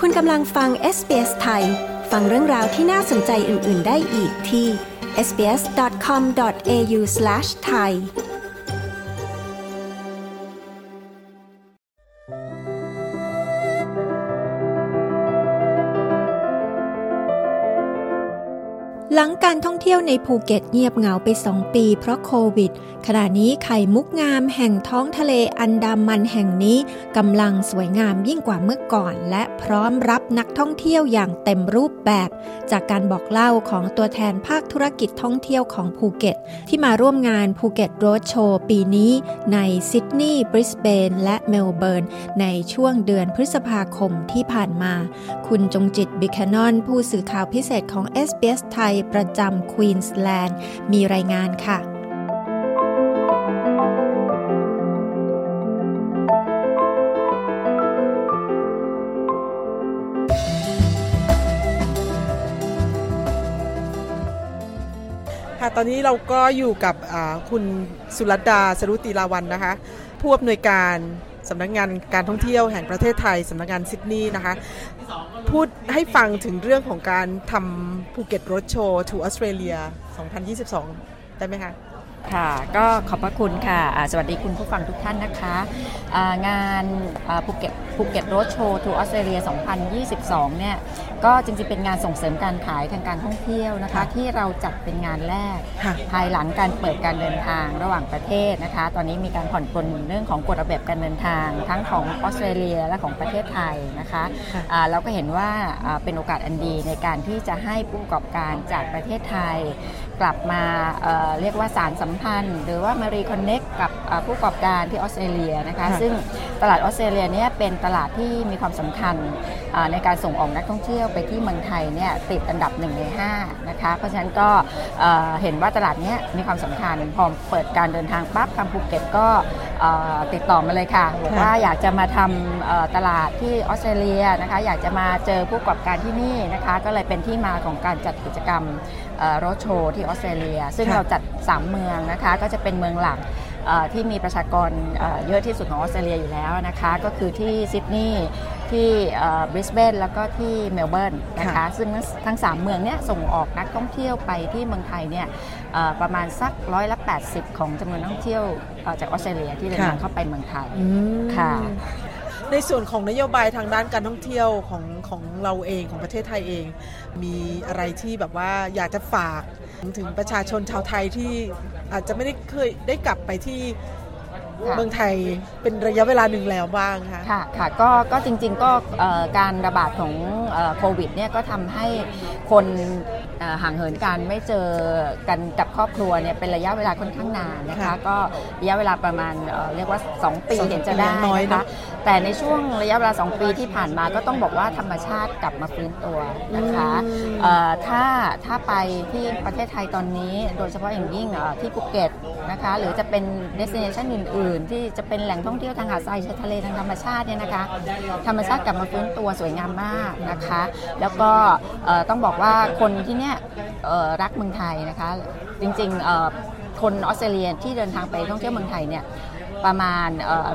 คุณกำลังฟัง SBS ไทยฟังเรื่องราวที่น่าสนใจอื่นๆได้อีกที่ sbs.com.au/thaiหลังการท่องเที่ยวในภูเก็ตเงียบเหงาไป2 ปีเพราะโควิดขณะนี้ไข่มุกงามแห่งท้องทะเลอันดามันแห่งนี้กำลังสวยงามยิ่งกว่าเมื่อก่อนและพร้อมรับนักท่องเที่ยวอย่างเต็มรูปแบบจากการบอกเล่าของตัวแทนภาคธุรกิจท่องเที่ยวของภูเก็ตที่มาร่วมงานภูเก็ตโรดโชว์ปีนี้ในซิดนีย์บริสเบนและเมลเบิร์นในช่วงเดือนพฤษภาคมที่ผ่านมาคุณจงจิตบิคานอนผู้สื่อข่าวพิเศษของ SBS ไทยประจำควีนสแลนด์มีรายงานค่ะตอนนี้เราก็อยู่กับคุณสุรัตดาสรุติลาวันนะคะผู้อำนวยการสำนักงานการท่องเที่ยวแห่งประเทศไทยสำนักงานซิดนีย์นะคะพูดให้ฟังถึงเรื่องของการทำภูเก็ตโรดโชว์ to Australia 2022 ได้ไหมคะค่ะก็ขอบพระคุณค่ะสวัสดีคุณผู้ฟังทุกท่านนะคะงานภูเก็ตโรดโชว์ to Australia 2022 เนี่ยก็จริงๆเป็นงานส่งเสริมการขายทางการท่องเที่ยวนะคะที่เราจัดเป็นงานแรกภายหลังการเปิดการเดินทางระหว่างประเทศนะคะตอนนี้มีการผ่อนปลนเรื่องของกฎระเบียบการเดินทางทั้งของออสเตรเลียและของประเทศไทยนะคะเราก็เห็นว่าเป็นโอกาสอันดีในการที่จะให้ผู้ประกอบการจากประเทศไทยกลับมาเรียกว่าสารสัมพันธ์หรือว่ามารีคอนเน็กกับผู้ประกอบการที่ออสเตรเลียนะคะซึ่งตลาดออสเตรเลียเนี่ยเป็นตลาดที่มีความสำคัญในการส่งออกนักท่องเที่ยวไปที่เมืองไทยเนี่ยติดอันดับ1 ใน 5นะคะเพราะฉะนั้นก็เห็นว่าตลาดนี้มีความสำคัญพอเปิดการเดินทางปั๊บทางภูเก็ตก็ติดต่อมาเลยค่ะบอกว่าอยากจะมาทำตลาดที่ออสเตรเลียนะคะอยากจะมาเจอผู้ประกอบการที่นี่นะคะก็เลยเป็นที่มาของการจัดกิจกรรมโรดโชว์ที่ออสเตรเลียซึ่งเราจัด3 เมืองนะคะก็จะเป็นเมืองหลักที่มีประชากรเยอะที่สุดของออสเตรเลียอยู่แล้วนะคะก็คือที่ซิดนีย์ที่บริสเบนแล้วก็ที่เมลเบิร์นนะคะซึ่งทั้ง3 เมืองนี้ส่งออกนักท่องเที่ยวไปที่เมืองไทยเนี่ยประมาณสัก80%ของจำนวนนักท่องเที่ยวจากออสเตรเลียที่เดินทางเข้าไปเมืองไทยค่ะในส่วนของนโยบายทางด้านการท่องเที่ยวของเราเองของประเทศไทยเองมีอะไรที่แบบว่าอยากจะฝากถึงประชาชนชาวไทยที่อาจจะไม่ได้เคยได้กลับไปที่เมืองไทยเป็นระยะเวลาหนึ่งแล้วบ้างค่ะค่ะก็จริงๆก็การระบาดของโควิดเนี่ยก็ทำให้คนห่างเหินกันไม่เจอกันกับครอบครัวเนี่ยเป็นระยะเวลาค่อนข้างนานนะคะก็ระยะเวลาประมาณเรียกว่า2 ปีเห็นจะได้นะคะแต่ในช่วงระยะเวลา2 ปีที่ผ่านมาก็ต้องบอกว่าธรรมชาติกลับมาฟื้นตัวนะคะถ้าไปที่ประเทศไทยตอนนี้โดยเฉพาะอย่างยิ่งที่ภูเก็ตนะคะหรือจะเป็น destination อื่นๆที่จะเป็นแหล่งท่องเที่ยวทางหาดทรายชายทะเลทางธรรมชาติเนี่ยนะคะธรรมชาติกลับมาฟื้นตัวสวยงามมากนะคะแล้วก็ต้องบอกว่าคนที่เนี่ยรักเมืองไทยนะคะจริงๆคนออสเตรเลียที่เดินทางไปท่องเที่ยวเมืองไทยเนี่ยประมาณ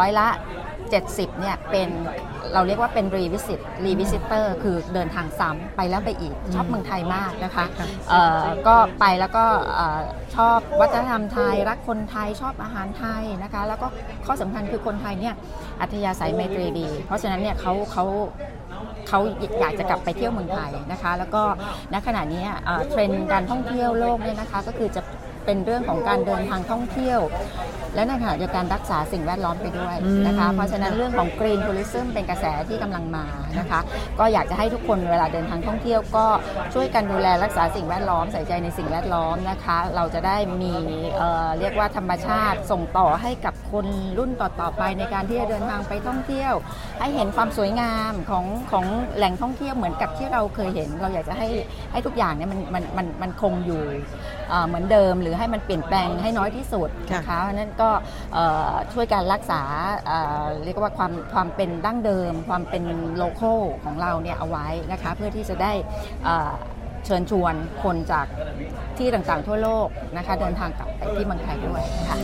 70%เนี่ยเป็นเราเรียกว่าเป็นรีวิสิเตอร์คือเดินทางซ้ำไปแล้วไปอีกชอบเมืองไทยมากนะคะก็ไปแล้วก็ชอบวัฒนธรรมไทยรักคนไทยชอบอาหารไทยนะคะแล้วก็ข้อสำคัญคือคนไทยเนี่ยอัธยาศัยไมตรีดีเพราะฉะนั้นเนี่ยเขาอยากจะกลับไปเที่ยวเมืองไทยนะคะแล้วก็ณขณะนี้เทรนด์การท่องเที่ยวโลกเนี่ยนะคะก็คือจะเป็นเรื่องของการเดินทางท่องเที่ยวและในขณะเดียวกันรักษาสิ่งแวดล้อมไปด้วยนะคะเพราะฉะนั้นเรื่องของ Green Tourism เป็นกระแสที่กำลังมานะคะก็อยากจะให้ทุกคนเวลาเดินทางท่องเที่ยวก็ช่วยกันดูแลรักษาสิ่งแวดล้อมใส่ใจในสิ่งแวดล้อมนะคะเราจะได้มีเรียกว่าธรรมชาติส่งต่อให้กับคนรุ่นต่อๆไปในการที่จะเดินทางไปท่องเที่ยวให้เห็นความสวยงามของแหล่งท่องเที่ยวเหมือนกับที่เราเคยเห็นเราอยากจะให้ทุกอย่างเนี่ยมันคงอยู่เหมือนเดิมหรือให้มันเปลี่ยนแปลงให้น้อยที่สุดนะคะเพราะนั้นก็ช่วยการรักษาเรียกว่าความเป็นดั้งเดิมความเป็นโลคอลของเราเนี่ยเอาไว้นะคะเพื่อที่จะได้เชิญชวนคนจากที่ต่างๆทั่วโลกนะคะเดินทางกลับไปที่เมืองไทยด้วยค่ะ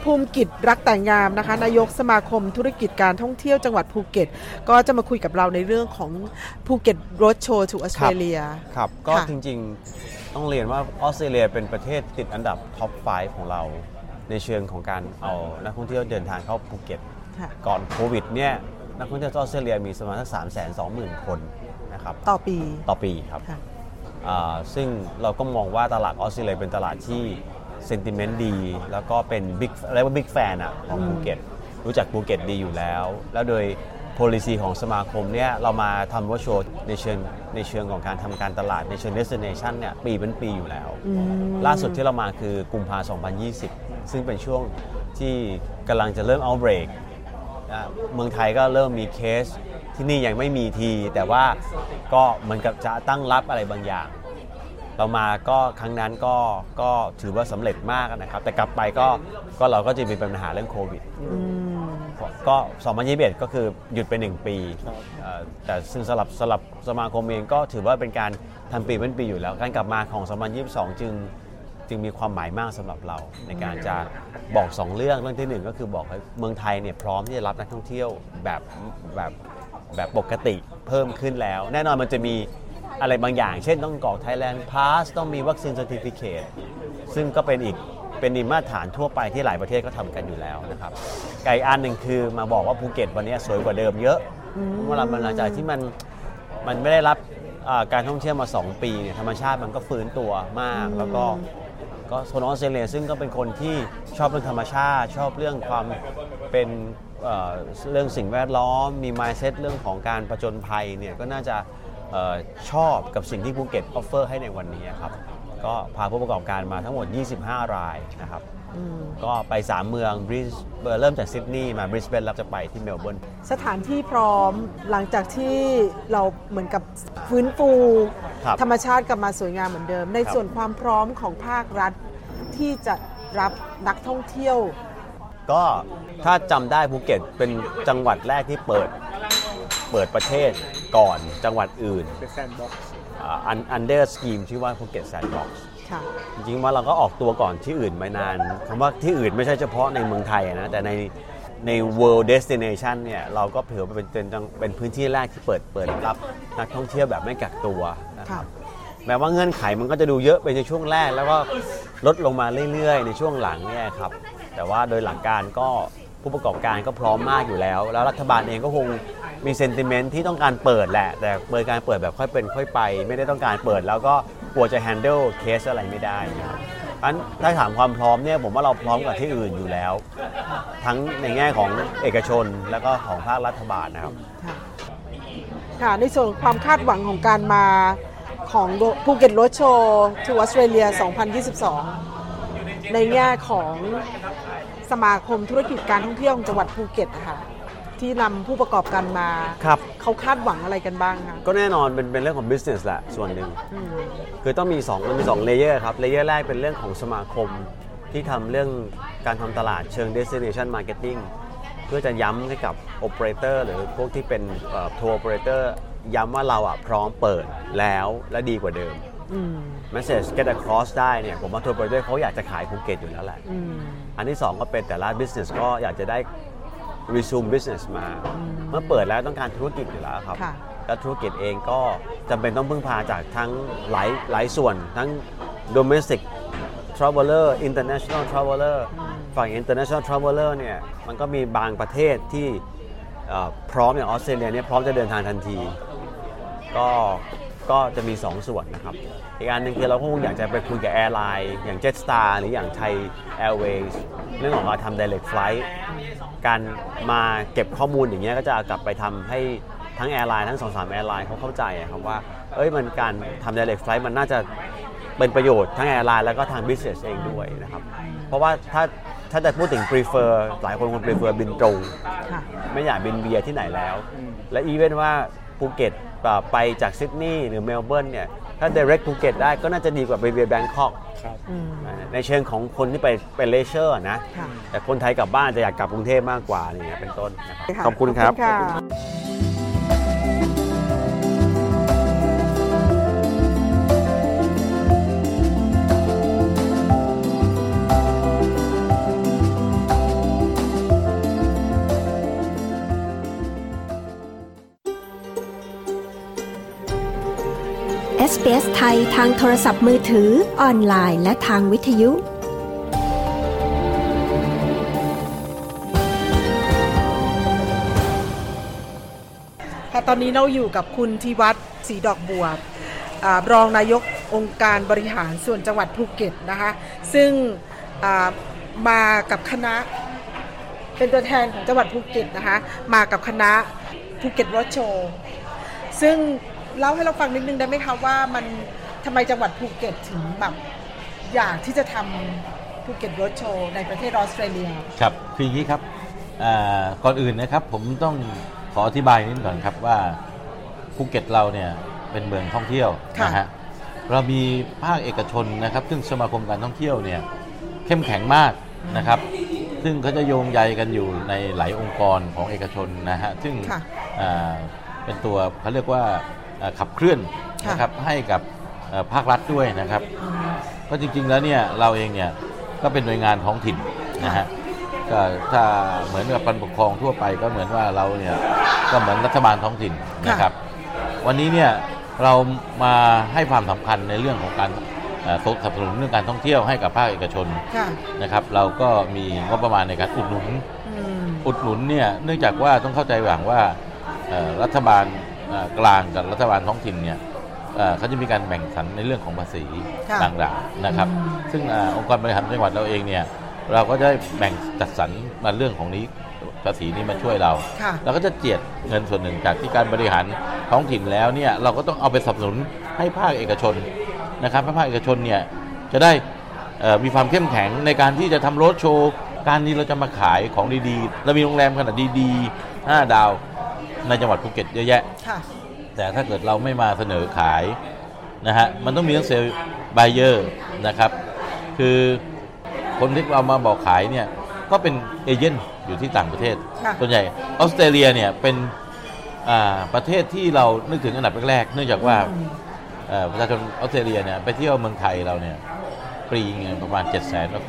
ภูมิกิจรักแต่งงามนะคะนายกสมาคมธุรกิจการท่องเที่ยวจังหวัดภูเก็ตก็จะมาคุยกับเราในเรื่องของภูเก็ตโรดโชว์ทูออสเตรเลียครับก็จริงๆต้องเรียนว่าออสเตรเลียเป็นประเทศติดอันดับท็อป 5 ของเราในเชิงของการเอานักท่องเที่ยวเดินทางเข้าภูเก็ตก่อนโควิดเนี่ยนักท่องเที่ยวออสเตรเลียมีประมาณสัก 320,000 คนนะครับต่อปีครับซึ่งเราก็มองว่าตลาดออสเตรเลียเป็นตลาดที่เซนติเมนต์ดีแล้วก็เป็นบิ๊กเรียกว่าบิ๊กแฟนของภูเก็ตรู้จักภูเก็ตดีอยู่แล้วแล้วโดย policy ของสมาคมเนี่ยเรามาทำว่าโชว์ในเชิงของการทำการตลาดในเชิง destination เนี่ยปีเป็นปีอยู่แล้วล่าสุดที่เรามาคือกุมภาพันธ์ 2020 ซึ่งเป็นช่วงที่กำลังจะเริ่ม outbreak เมืองไทยก็เริ่มมีเคสที่นี่ยังไม่มีทีแต่ว่าก็เหมือนกับจะตั้งรับอะไรบางอย่างเรามาก็ครั้งนั้นก็ถือว่าสำเร็จมากนะครับแต่กลับไปก็เราก็จะมีปัญหาเรื่องโควิดก็2021ก็คือหยุดไป1ปีแต่ซึ่งสำหรับสมาคมเองก็ถือว่าเป็นการทำปีเป็นปีอยู่แล้วการกลับมาของ2022จึงมีความหมายมากสำหรับเราในการจะบอก2เรื่องที่1ก็คือบอกให้เมืองไทยเนี่ยพร้อมที่จะรับนักท่องเที่ยวแบบปกติเพิ่มขึ้นแล้วแน่นอนมันจะมีอะไรบางอย่างเช่นต้องกรอก Thailand Pass ต้องมีวัคซีน Certificate ซึ่งก็เป็นมาตรฐานทั่วไปที่หลายประเทศก็ทำกันอยู่แล้วนะครับไกลอันหนึ่งคือมาบอกว่าภูเก็ตวันนี้สวยกว่าเดิมเยอะเวลามันหลังจากที่มันไม่ได้รับการท่องเที่ยวมา2ปีเนี่ยธรรมชาติมันก็ฟื้นตัวมากแล้วก็คนออสเตรเลียซึ่งก็เป็นคนที่ชอบเรื่องธรรมชาติชอบเรื่องความเป็นเรื่องสิ่งแวดล้อมมี mindset เรื่องของการผจญภัยเนี่ยก็น่าจะชอบกับสิ่งที่ภูเก็ตออฟเฟอร์ให้ในวันนี้ครับก็พาผู้ประกอบการมาทั้งหมด25 รายนะครับก็ไป3เมืองเริ่มจากซิดนีย์มาบริสเบนแล้วจะไปที่เมลเบิร์นสถานที่พร้อมหลังจากที่เราเหมือนกับฟื้นฟูธรรมชาติกลับมาสวยงามเหมือนเดิมในส่วนความพร้อมของภาครัฐที่จะรับนักท่องเที่ยวก็ถ้าจำได้ภูเก็ตเป็นจังหวัดแรกที่เปิดประเทศก่อนจังหวัดอื่นเป็นแซนด์บ็อกซ์under scheme ชื่อว่าภูเก็ตแซนด์บ็อกซ์จริงๆว่าเราก็ออกตัวก่อนที่อื่นมานานคำว่าที่อื่นไม่ใช่เฉพาะในเมืองไทยนะแต่ใน world destination เนี่ยเราก็ถือว่าเป็นพื้นที่แรกที่เปิดรับนักท่องเที่ยวแบบไม่กักตัวนะครับแม้ว่าเงื่อนไขมันก็จะดูเยอะไปในช่วงแรกแล้วก็ลดลงมาเรื่อยๆในช่วงหลังเนี่ยครับแต่ว่าโดยหลักการก็ผู้ประกอบการก็พร้อมมากอยู่แล้วรัฐบาลเองก็คงมีเซนติเมนต์ที่ต้องการเปิดแหละแต่การเปิดแบบค่อยเป็นค่อยไปไม่ได้ต้องการเปิดแล้วก็กลัวจะ handle เคสอะไรไม่ได้นะครับถ้าถามความพร้อมเนี่ยผมว่าเราพร้อมกว่าที่อื่นอยู่แล้วทั้งในแง่ของเอกชนแล้วก็ของภาครัฐบาลนะครับค่ะในส่วนความคาดหวังของการมาของภูเก็ตโรดโชว์ทูออสเตรเลีย2022ในแง่ของสมาคมธุรกิจการท่องเที่ยวของจังหวัดภูเก็ตนะคะที่นำผู้ประกอบการมาเขาคาดหวังอะไรกันบ้างคะก็แน่นอนเป็นเรื่องของ business แหละส่วนหนึ่งคือต้องมี2เลเยอร์ครับเลเยอร์แรกเป็นเรื่องของสมาคมที่ทำเรื่องการทำตลาดเชิง destination marketing เพื่อจะย้ำให้กับ operator หรือพวกที่เป็นtour operator ย้ำว่าเราพร้อมเปิดแล้วและดีกว่าเดิมmessage get across ได้เนี่ยผมว่า tour operator เขาอยากจะขายภูเก็ตอยู่แล้วแหละอันที่2ก็เป็นแต่ละ business ก็อยากจะได้resume business มาเมื่อเปิดแล้วต้องการธุรกิจอยู่แล้วครับและธุรกิจเองก็จำเป็นต้องพึ่งพาจากทั้งหลายส่วนทั้ง domestic traveler international traveler ฝั่ง international traveler เนี่ยมันก็มีบางประเทศที่พร้อมอย่างออสเตรเลียเนี่ยพร้อมจะเดินทางทันทีก็จะมี2ส่วนนะครับอีกอันนึงคือเราคงอยากจะไปคุยกับแอร์ไลน์อย่าง Jetstar หรืออย่าง Thai Airways เรื่องของการทำ direct flight การมาเก็บข้อมูลอย่างเงี้ยก็จะกลับไปทำให้ทั้งแอร์ไลน์ทั้ง 2-3 แอร์ไลน์เขาเข้าใจครับว่ามันการทำ direct flight มันน่าจะเป็นประโยชน์ทั้งแอร์ไลน์แล้วก็ทาง business เองด้วยนะครับเพราะว่าถ้าจะพูดถึง prefer หลายคนคง prefer บินตรงไม่อยากบินเวียที่ไหนแล้วและอีเวนต์ว่าภูเก็ตไปจากซิดนีย์หรือเมลเบิร์นเนี่ยถ้า direct ภูเก็ตได้ก็น่าจะดีกว่าไปเวียแบงคอกในเชิงของคนที่ไปเลเชอร์นะแต่คนไทยกลับบ้านจะอยากกลับกรุงเทพมากกว่าอย่างเงี้ยเป็นต้นนะครับขอบคุณครับ SBS ไทยทางโทรศัพท์มือถือออนไลน์และทางวิทยุตอนนี้เราอยู่กับคุณธีวัฒน์ศรีดอกบัวรองนายกองค์การบริหารส่วนจังหวัดภูเก็ตนะคะซึ่งมากับคณะเป็นตัวแทนของจังหวัดภูเก็ตนะคะมากับคณะภูเก็ตรถโชว์ซึ่งเล่าให้เราฟังนิดนึงได้ไหมคะว่ามันทำไมจังหวัดภูเก็ตถึงแบบอยากที่จะทำภูเก็ตรถโชว์ในประเทศออสเตรเลียครับคืออย่างนี้ครับก่อนอื่นนะครับผมต้องขออธิบายนิดก่อนครับว่าภูเก็ตเราเนี่ยเป็นเมืองท่องเที่ยวนะฮะเรามีภาคเอกชนนะครับซึ่งสมาคมการท่องเที่ยวเนี่ยเข้มแข็งมากนะครับซึ่งเขาจะโยงใยกันอยู่ในหลายองค์กรของเอกชนนะฮะซึ่งเป็นตัวเขาเรียกว่าขับเคลื่อนนะครับให้กับภาครัฐด้วยนะครับก็จริงๆแล้วเนี่ยเราเองเนี่ยก็เป็นหน่วยงานท้องถิ่นนะฮะก็ถ้าเหมือนกับการปกครองทั่วไปก็เหมือนว่าเราเนี่ยก็เหมือนรัฐบาลท้องถิ่นนะครับวันนี้เนี่ยเรามาให้ความสำคัญในเรื่องของการสนับสนุนเรื่องการท่องเที่ยวให้กับภาคเอกชนนะครับเราก็มีงบประมาณในการอุดหนุนเนี่ยเนื่องจากว่าต้องเข้าใจอย่างว่ารัฐบาลกลางกับรัฐบาลท้องถิ่นเนี่ยเขาจะมีการแบ่งสรรในเรื่องของภาษีต่างๆนะครับซึ่งองค์กรบริหารจังหวัดเราเองเนี่ยเราก็จะแบ่งจัดสรรมาเรื่องของนี้ภาษีนี้มาช่วยเราเราก็จะเจียดเงินส่วนหนึ่งจากที่การบริหารท้องถิ่นแล้วเนี่ยเราก็ต้องเอาไปสนับสนุนให้ภาคเอกชนนะครับให้ภาคเอกชนเนี่ยจะได้มีความเข้มแข็งในการที่จะทำโรดโชว์การนี้เราจะมาขายของดีๆเรามีโรงแรมขนาดดีๆ5 ดาวในจังหวัดภูเก็ตเยอะแยะแต่ถ้าเกิดเราไม่มาเสนอขายนะฮะมันต้องมีทั้งเซลล์ไบเออร์นะครับคือคนที่เรามาบอกขายเนี่ยก็เป็นเอเจนต์อยู่ที่ต่างประเทศส่วนใหญ่ออสเตรเลียเนี่ยเป็นประเทศที่เรานึกถึงอันดับแรกๆเนื่องจากว่าประชาชนออสเตรเลียเนี่ยไปเที่ยวเมืองไทยเราเนี่ยฟรีเงินประมาณ 700,000 กว่าคน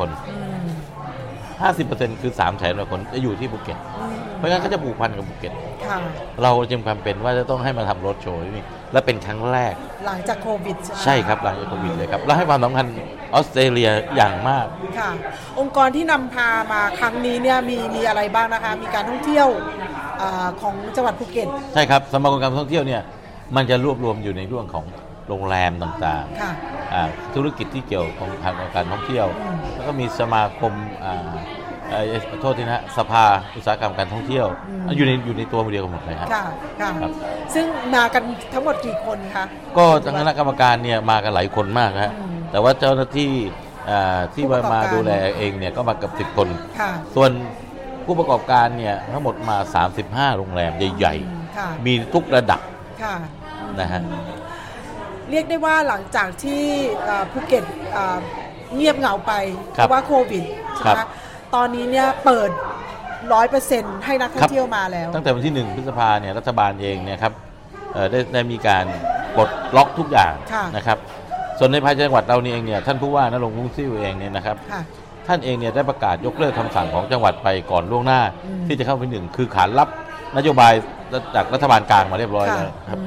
50% คือ 300,000 กว่าคนจะอยู่ที่ภูเก็ตเพราะงั้นเขาจะผูกพันกับภูเก็ตเราจึงความเป็นว่าจะต้องให้มาทำรถโชว์นี่และเป็นครั้งแรกหลังจากโควิดใช่ครับหลังจากโควิดเลยครับและให้ความสำคัญออสเตรเลียอย่างมากค่ะองค์กรที่นำพามาครั้งนี้เนี่ยมีอะไรบ้างนะคะมีการท่องเที่ยวของจังหวัดภูเก็ตใช่ครับสมาคมการท่องเที่ยวเนี่ยมันจะรวบรวมอยู่ในเรื่องของโรงแรมต่างๆธุรกิจที่เกี่ยวกับการท่องเที่ยวแล้วก็มีสมาคมโทษทีนะสภาอุตสาหกรรมการท่องเที่ยวอยู่ในตัวเดียวกันหมดเลยครับซึ่งมากันทั้งหมดกี่คนคะก็ทางคณะกรรมการเนี่ยมากันหลายคนมากนะแต่ว่าเจ้าหน้าที่ที่มาดูแลเองเนี่ยก็มากับ10 คนส่วนผู้ประกอบการเนี่ยทั้งหมดมา35 โรงแรมใหญ่ๆมีทุกระดับนะฮะเรียกได้ว่าหลังจากที่ภูเก็ตเงียบเหงาไปเพราะว่าโควิดใช่ไหมตอนนี้เนี่ยเปิด 100% ให้นักท่องเที่ยวมาแล้วตั้งแต่วันที่1 พฤษภาคมเนี่ยรัฐบาลเองเนี่ยครับได้มีการปลดล็อกทุกอย่างนะครับส่วนในภายในจังหวัดเรานี่เองเนี่ยท่านผู้ว่านรงค์ มุ่งซิ่วเองเนี่ยนะครับท่านเองเนี่ยได้ประกาศยกเลิกคำสั่งของจังหวัดไปก่อนล่วงหน้าที่จะเข้าไปคือขานรับนโยบายจากรัฐบาลกลางมาเรียบร้อยแล้วครับ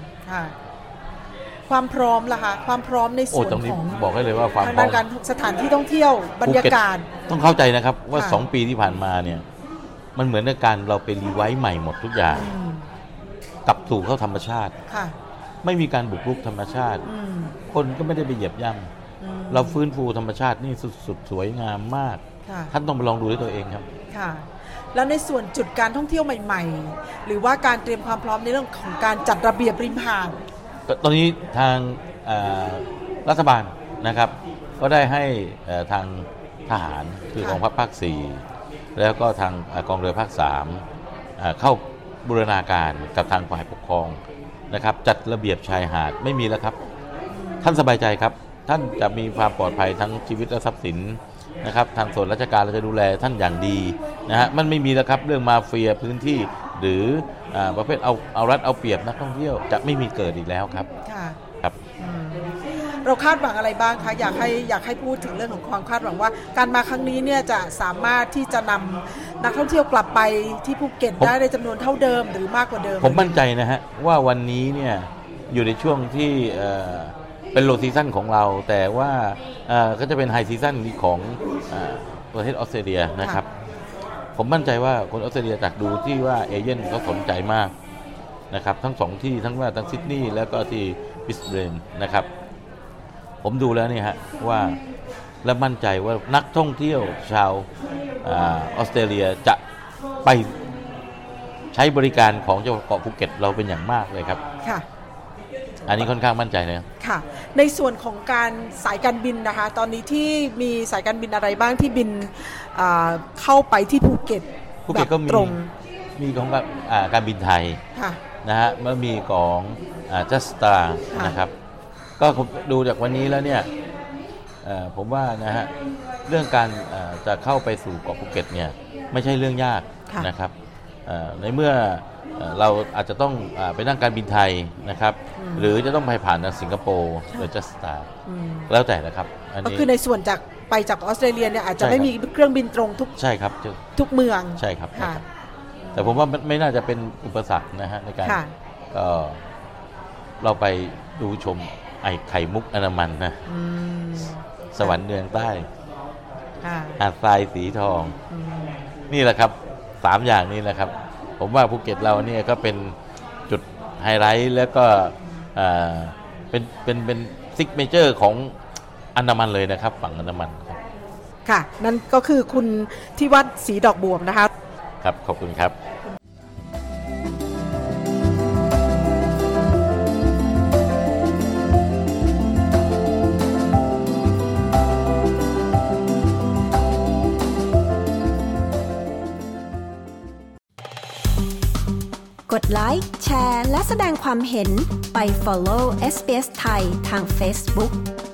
ความพร้อมล่ะคะความพร้อมในส่วนของบอกให้เลยว่าความพร้อมการสถานที่ท่องเที่ยวบรรยากาศต้องเข้าใจนะครับว่า2 ปีที่ผ่านมาเนี่ยมันเหมือนในการเราไปรีไวซ์ใหม่หมดทุกอย่างกลับสู่เข้าธรรมชาติไม่มีการบุกรุกธรรมชาติคนก็ไม่ได้ไปเหยียบย่ำเราฟื้นฟูธรรมชาตินี่สุดสวยงามมากท่านต้องไปลองดูด้วยตัวเองครับแล้วในส่วนจุดการท่องเที่ยวใหม่ๆหรือว่าการเตรียมความพร้อมในเรื่องของการจัดระเบียบริมหาดตอนนี้ทางรัฐบาลนะครับก็ได้ให้ทางทหารคือกองทัพภาค 4แล้วก็ทางกองเรือภาค 3เข้าบูรณาการกับทางฝ่ายปกครองนะครับจัดระเบียบชายหาดไม่มีแล้วครับท่านสบายใจครับท่านจะมีความปลอดภัยทั้งชีวิตและทรัพย์สินนะครับทางส่วนราชการเราจะดูแลท่านอย่างดีนะฮะมันไม่มีแล้วครับเรื่องมาเฟียพื้นที่หรือประเภทเอารัดเอาเปรียบนักท่องเที่ยวจะไม่มีเกิดอีกแล้วครับครับเราคาดหวังอะไรบ้างคะอยากให้พูดถึงเรื่องของความคาดหวังว่าการมาครั้งนี้เนี่ยจะสามารถที่จะนำนักท่องเที่ยวกลับไปที่ภูเก็ตได้ในจำนวนเท่าเดิมหรือมากกว่าเดิมผมมั่นใจนะฮะว่าวันนี้เนี่ยอยู่ในช่วงที่เป็นโลซีซั่นของเราแต่ว่าก็จะเป็นไฮซีซั่นของประเทศออสเตรเลียนะครับผมมั่นใจว่าคนออสเตรเลียจากดูที่ว่าเอเจนต์เขาสนใจมากนะครับทั้งสองที่ทั้งซิดนีย์แล้วก็ที่บริสเบนนะครับผมดูแล้วเนี่ยฮะว่าและมั่นใจว่านักท่องเที่ยวชาวออสเตรเลียจะไปใช้บริการของจังหวัดเกาะภูเก็ตเราเป็นอย่างมากเลยครับค่ะอันนี้ค่อนข้างมั่นใจเลยค่ะในส่วนของการสายการบินนะคะตอนนี้ที่มีสายการบินอะไรบ้างที่บินเข้าไปที่ภูเก็ตก็มีของการบินไทยนะฮะแล้วมีของจัสตานะครับก็ดูจากวันนี้แล้วเนี่ยผมว่านะฮะเรื่องการจะเข้าไปสู่เกาะภูเก็ตเนี่ยไม่ใช่เรื่องยากนะครับในเมื่อเราอาจจะต้องไปนั่งการบินไทยนะครับหรือจะต้องไปผ่านทางสิงคโปร์หรือจัสตาแล้วแต่นะครับก็คือในส่วนไปจากออสเตรเลียเนี่ยอาจจะไม่มีเครื่องบินตรงทุกใช่ครับทุกเมืองใช่ครับแต่ผมว่าไม่น่าจะเป็นอุปสรรคนะฮะในการเราไปดูชมไข่มุกอันดามันนะสวรรค์เมืองใต้หาดทรายสีทองนี่แหละครับ3อย่างนี้แหละครับผมว่าภูเก็ตเราเนี่ยก็เป็นจุดไฮไลท์แล้วก็เป็นซิกเนเจอร์ของอันดามันเลยนะครับฝั่งอันดามันครับค่ะนั่นก็คือคุณที่วัดศรีดอกบวมนะคะครับขอบคุณครับกดไลค์แชร์และแสดงความเห็นไป follow SBS ไทยทาง Facebook